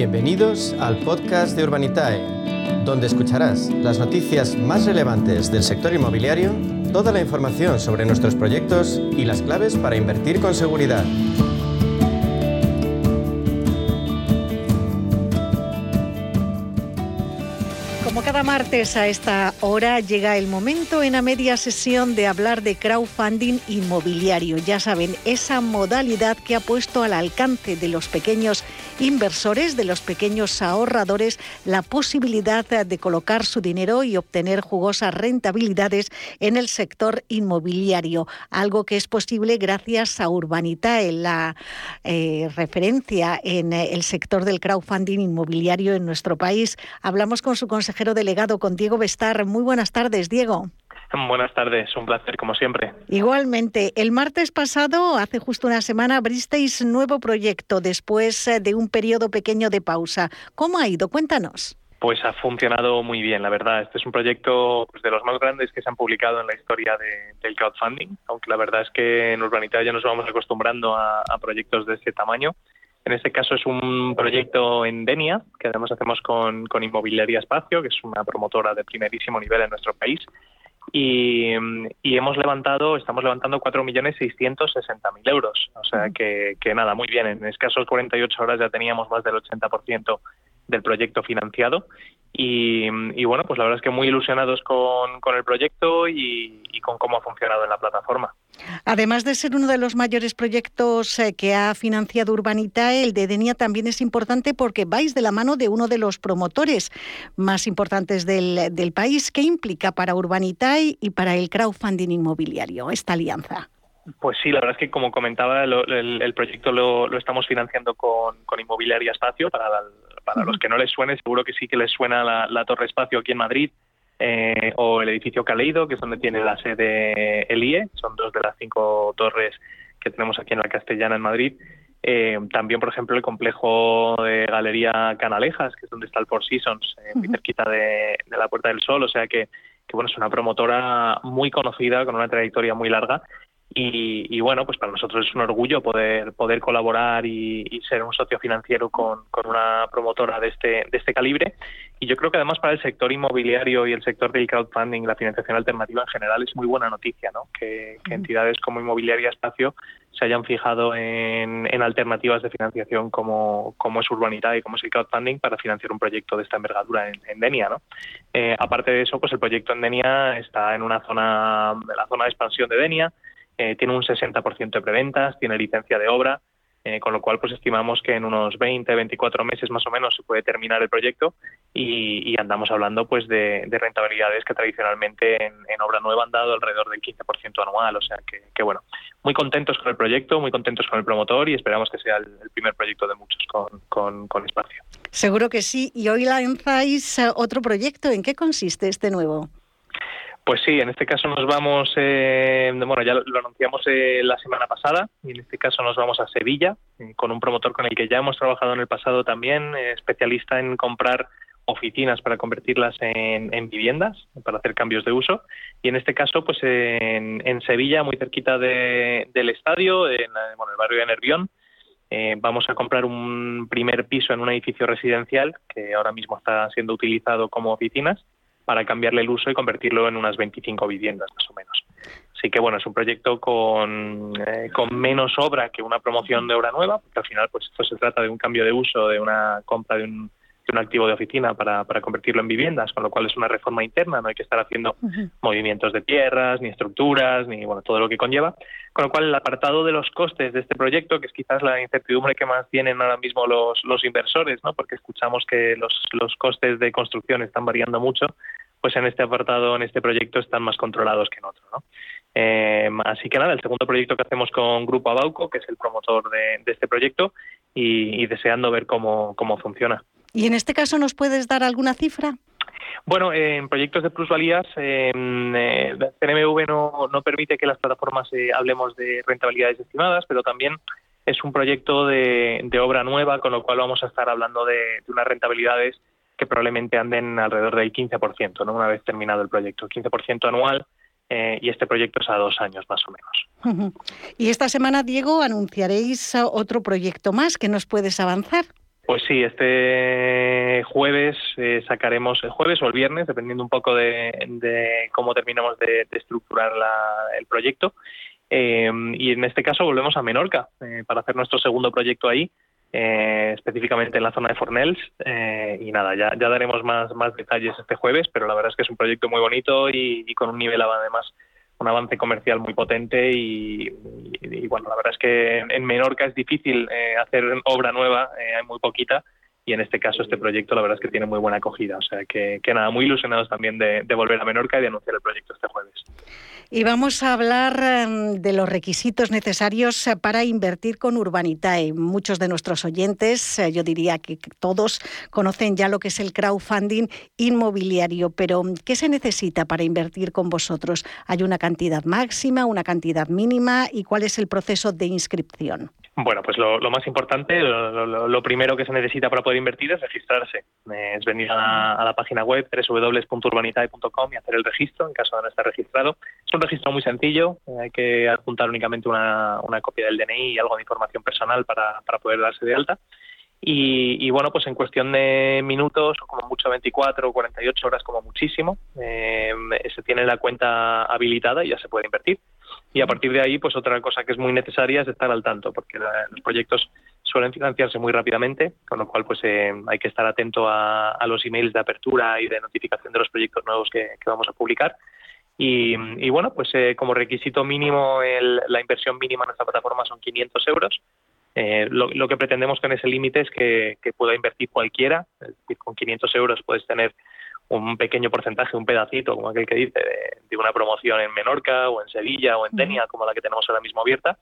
Bienvenidos al podcast de Urbanitae, donde escucharás las noticias más relevantes del sector inmobiliario, toda la información sobre nuestros proyectos y las claves para invertir con seguridad. Como cada martes a esta hora llega el momento en la media sesión de hablar de crowdfunding inmobiliario. Ya saben, esa modalidad que ha puesto al alcance de los pequeños inversores, de los pequeños ahorradores, la posibilidad de colocar su dinero y obtener jugosas rentabilidades en el sector inmobiliario. Algo que es posible gracias a Urbanitae, la referencia en el sector del crowdfunding inmobiliario en nuestro país. Hablamos con su consejero delegado, con Diego Bestar. Muy buenas tardes, Diego. Buenas tardes, un placer como siempre. Igualmente, el martes pasado, hace justo una semana, abristeis nuevo proyecto después de un periodo pequeño de pausa. ¿Cómo ha ido? Cuéntanos. Pues ha funcionado muy bien, la verdad. Este es un proyecto de los más grandes que se han publicado en la historia del crowdfunding, aunque la verdad es que en Urbanitae ya nos vamos acostumbrando a proyectos de este tamaño. En este caso es un proyecto en Denia, que además hacemos con Inmobiliaria Espacio, que es una promotora de primerísimo nivel en nuestro país. Y estamos levantando 4.660.000 euros. O sea que nada, muy bien. En escasos 48 horas ya teníamos más del 80% del proyecto financiado. Y bueno, pues la verdad es que muy ilusionados con el proyecto y con cómo ha funcionado en la plataforma. Además de ser uno de los mayores proyectos que ha financiado Urbanitae, el de Denia también es importante porque vais de la mano de uno de los promotores más importantes del país. ¿Qué implica para Urbanitae y para el crowdfunding inmobiliario esta alianza? Pues sí, la verdad es que como comentaba, el proyecto lo estamos financiando con Inmobiliaria Espacio. Para los que no les suene, seguro que sí que les suena la Torre Espacio aquí en Madrid, o el edificio Caleido, que es donde tiene la sede el IE. Son 2 de las 5 torres que tenemos aquí en la Castellana, en Madrid. También, por ejemplo, el complejo de Galería Canalejas, que es donde está el Four Seasons, muy cerquita de la Puerta del Sol. O sea que bueno, es una promotora muy conocida, con una trayectoria muy larga. Y bueno, pues para nosotros es un orgullo poder colaborar y ser un socio financiero con una promotora de este calibre. Y yo creo que además para el sector inmobiliario y el sector del crowdfunding, la financiación alternativa en general, es muy buena noticia, ¿no? Que entidades como Inmobiliaria Espacio se hayan fijado en alternativas de financiación como es Urbanitae y como es el crowdfunding para financiar un proyecto de esta envergadura en Denia, ¿no? Aparte de eso, pues el proyecto en Denia está en la zona de expansión de Denia. Tiene un 60% de preventas, tiene licencia de obra, con lo cual pues estimamos que en unos 24 meses más o menos se puede terminar el proyecto y andamos hablando pues de rentabilidades que tradicionalmente en obra nueva han dado alrededor del 15% anual. O sea que bueno, muy contentos con el proyecto, muy contentos con el promotor y esperamos que sea el primer proyecto de muchos con Espacio. Seguro que sí. Y hoy lanzáis otro proyecto. ¿En qué consiste este nuevo? Pues sí, en este caso nos vamos, ya lo anunciamos la semana pasada, y en este caso nos vamos a Sevilla, con un promotor con el que ya hemos trabajado en el pasado también, especialista en comprar oficinas para convertirlas en viviendas, para hacer cambios de uso. Y en este caso, pues en Sevilla, muy cerquita del estadio, en el barrio de Nervión, vamos a comprar un primer piso en un edificio residencial que ahora mismo está siendo utilizado como oficinas, para cambiarle el uso y convertirlo en unas 25 viviendas más o menos. Así que bueno, es un proyecto con menos obra que una promoción de obra nueva, porque al final pues esto se trata de un cambio de uso, de una compra de un activo de oficina para convertirlo en viviendas, con lo cual es una reforma interna, no hay que estar haciendo movimientos de tierras, ni estructuras, ni bueno, todo lo que conlleva. Con lo cual el apartado de los costes de este proyecto, que es quizás la incertidumbre que más tienen ahora mismo los inversores, ¿no? Porque escuchamos que los costes de construcción están variando mucho, pues en este apartado, en este proyecto, están más controlados que en otro, ¿no? Así que nada, el segundo proyecto que hacemos con Grupo Abauco, que es el promotor de este proyecto, y deseando ver cómo funciona. ¿Y en este caso nos puedes dar alguna cifra? Bueno, en proyectos de plusvalías, CNMV no permite que las plataformas hablemos de rentabilidades estimadas, pero también es un proyecto de obra nueva, con lo cual vamos a estar hablando de unas rentabilidades que probablemente anden alrededor del 15%, ¿no? Una vez terminado el proyecto, 15% anual, y este proyecto es a 2 años más o menos. Y esta semana, Diego, anunciaréis otro proyecto más. ¿Que nos puedes avanzar? Pues sí, este jueves sacaremos, el jueves o el viernes, dependiendo un poco de cómo terminamos de estructurar el proyecto. Y en este caso volvemos a Menorca para hacer nuestro segundo proyecto ahí, específicamente en la zona de Fornells. Y nada, ya daremos más detalles este jueves, pero la verdad es que es un proyecto muy bonito y con un nivel además, un avance comercial muy potente y bueno, la verdad es que en Menorca es difícil hacer obra nueva, hay muy poquita, y en este caso este proyecto la verdad es que tiene muy buena acogida, o sea que nada, muy ilusionados también de volver a Menorca y de anunciar el proyecto este jueves. Y vamos a hablar de los requisitos necesarios para invertir con Urbanitae. Muchos de nuestros oyentes, yo diría que todos, conocen ya lo que es el crowdfunding inmobiliario, pero ¿qué se necesita para invertir con vosotros? ¿Hay una cantidad máxima, una cantidad mínima y cuál es el proceso de inscripción? Bueno, pues lo más importante, lo primero que se necesita para poder invertir es registrarse. Es venir a la página web www.urbanitae.com y hacer el registro en caso de no estar registrado. Es un registro muy sencillo, hay que adjuntar únicamente una copia del DNI y algo de información personal para poder darse de alta. Y bueno, pues en cuestión de minutos, o como mucho 24 o 48 horas como muchísimo, se tiene la cuenta habilitada y ya se puede invertir. Y a partir de ahí, pues otra cosa que es muy necesaria es estar al tanto, porque los proyectos suelen financiarse muy rápidamente, con lo cual pues hay que estar atento a los emails de apertura y de notificación de los proyectos nuevos que vamos a publicar. Y bueno, pues como requisito mínimo, la inversión mínima en nuestra plataforma son 500 euros. Lo que pretendemos con ese límite es que pueda invertir cualquiera, es decir, con 500 euros puedes tener un pequeño porcentaje, un pedacito, como aquel que dice, de una promoción en Menorca o en Sevilla o en Denia, como la que tenemos ahora mismo abierta,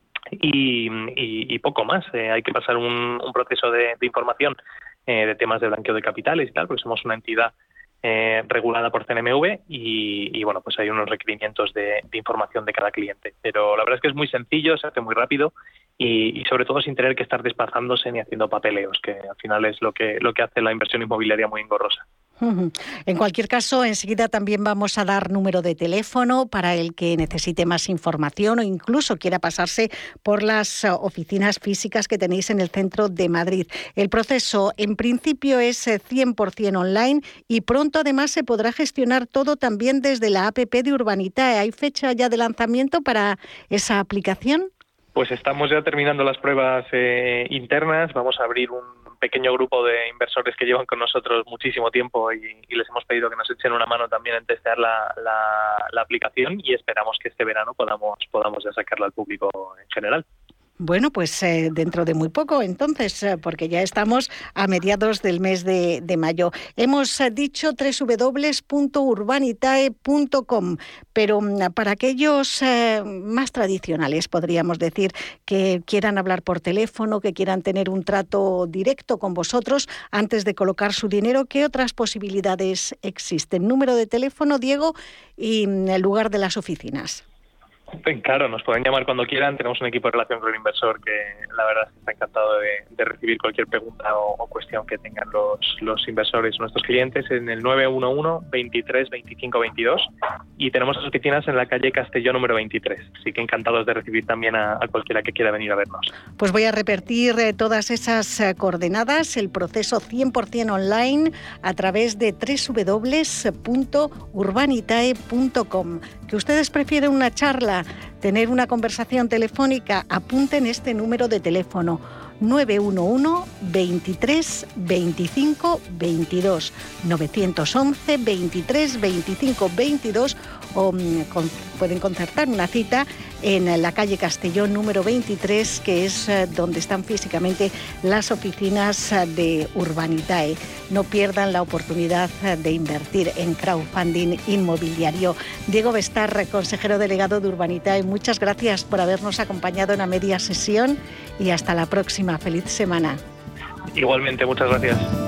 y poco más. Hay que pasar un proceso de información de temas de blanqueo de capitales y tal, porque somos una entidad regulada por CNMV y bueno, pues hay unos requerimientos de información de cada cliente. Pero la verdad es que es muy sencillo, se hace muy rápido y sobre todo sin tener que estar desplazándose ni haciendo papeleos, que al final es lo que hace la inversión inmobiliaria muy engorrosa. En cualquier caso, enseguida también vamos a dar número de teléfono para el que necesite más información o incluso quiera pasarse por las oficinas físicas que tenéis en el centro de Madrid. El proceso, en principio, es 100% online y pronto, además, se podrá gestionar todo también desde la app de Urbanitae. ¿Hay fecha ya de lanzamiento para esa aplicación? Pues estamos ya terminando las pruebas internas. Vamos a abrir un pequeño grupo de inversores que llevan con nosotros muchísimo tiempo y les hemos pedido que nos echen una mano también en testear la aplicación y esperamos que este verano podamos ya sacarla al público en general. Bueno, pues dentro de muy poco, entonces, porque ya estamos a mediados del mes de mayo. Hemos dicho www.urbanitae.com, pero para aquellos más tradicionales, podríamos decir, que quieran hablar por teléfono, que quieran tener un trato directo con vosotros antes de colocar su dinero, ¿qué otras posibilidades existen? Número de teléfono, Diego, y el lugar de las oficinas. Claro, nos pueden llamar cuando quieran. Tenemos un equipo de relación con el inversor que la verdad es que está encantado de recibir cualquier pregunta o cuestión que tengan los inversores, nuestros clientes, en el 911 23 25 22 y tenemos las oficinas en la calle Castelló número 23. Así que encantados de recibir también a cualquiera que quiera venir a vernos. Pues voy a repetir todas esas coordenadas, el proceso 100% online a través de www.urbanitae.com. Que ustedes prefieren una charla, tener una conversación telefónica, apunten este número de teléfono 911 23 25 22 911 23 25 22 o pueden concertar una cita en la calle Castellón número 23, que es donde están físicamente las oficinas de Urbanitae. No pierdan la oportunidad de invertir en crowdfunding inmobiliario. Diego Bestar, consejero delegado de Urbanitae, muchas gracias por habernos acompañado en la media sesión y hasta la próxima. Feliz semana. Igualmente, muchas gracias.